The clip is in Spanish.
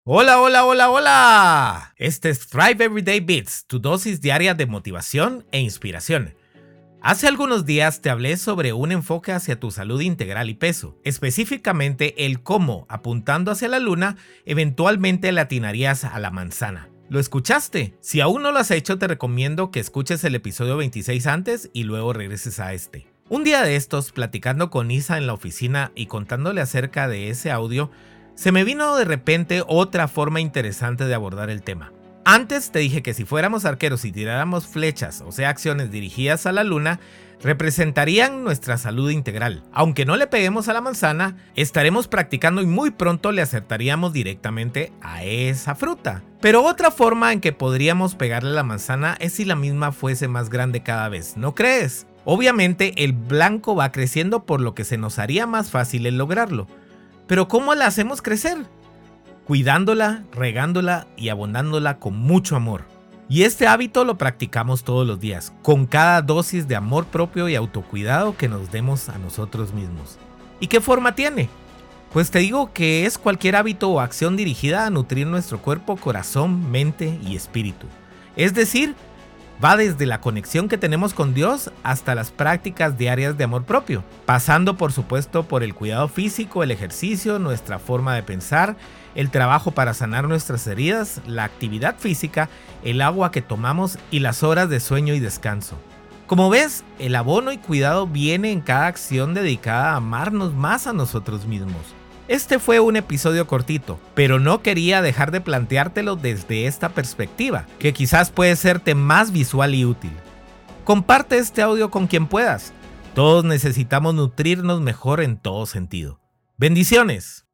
Hola, hola, hola, hola. Este es Thrive Everyday Beats, tu dosis diaria de motivación e inspiración. Hace algunos días te hablé sobre un enfoque hacia tu salud integral y peso, específicamente el cómo, apuntando hacia la luna, eventualmente le atinarías a la manzana. ¿Lo escuchaste? Si aún no lo has hecho, te recomiendo que escuches el episodio 26 antes y luego regreses a este. Un día de estos, platicando con Isa en la oficina y contándole acerca de ese audio, se me vino de repente otra forma interesante de abordar el tema. Antes te dije que si fuéramos arqueros y tiráramos flechas, o sea, acciones dirigidas a la luna, representarían nuestra salud integral. Aunque no le peguemos a la manzana, estaremos practicando y muy pronto le acertaríamos directamente a esa fruta. Pero otra forma en que podríamos pegarle a la manzana es si la misma fuese más grande cada vez, ¿no crees? Obviamente el blanco va creciendo, por lo que se nos haría más fácil el lograrlo. Pero ¿cómo la hacemos crecer? Cuidándola, regándola y abonándola con mucho amor. Y este hábito lo practicamos todos los días, con cada dosis de amor propio y autocuidado que nos demos a nosotros mismos. ¿Y qué forma tiene? Pues te digo que es cualquier hábito o acción dirigida a nutrir nuestro cuerpo, corazón, mente y espíritu. Es decir, va desde la conexión que tenemos con Dios hasta las prácticas diarias de amor propio, pasando por supuesto por el cuidado físico, el ejercicio, nuestra forma de pensar, el trabajo para sanar nuestras heridas, la actividad física, el agua que tomamos y las horas de sueño y descanso. Como ves, el abono y cuidado viene en cada acción dedicada a amarnos más a nosotros mismos. Este fue un episodio cortito, pero no quería dejar de planteártelo desde esta perspectiva, que quizás puede serte más visual y útil. Comparte este audio con quien puedas. Todos necesitamos nutrirnos mejor en todo sentido. Bendiciones.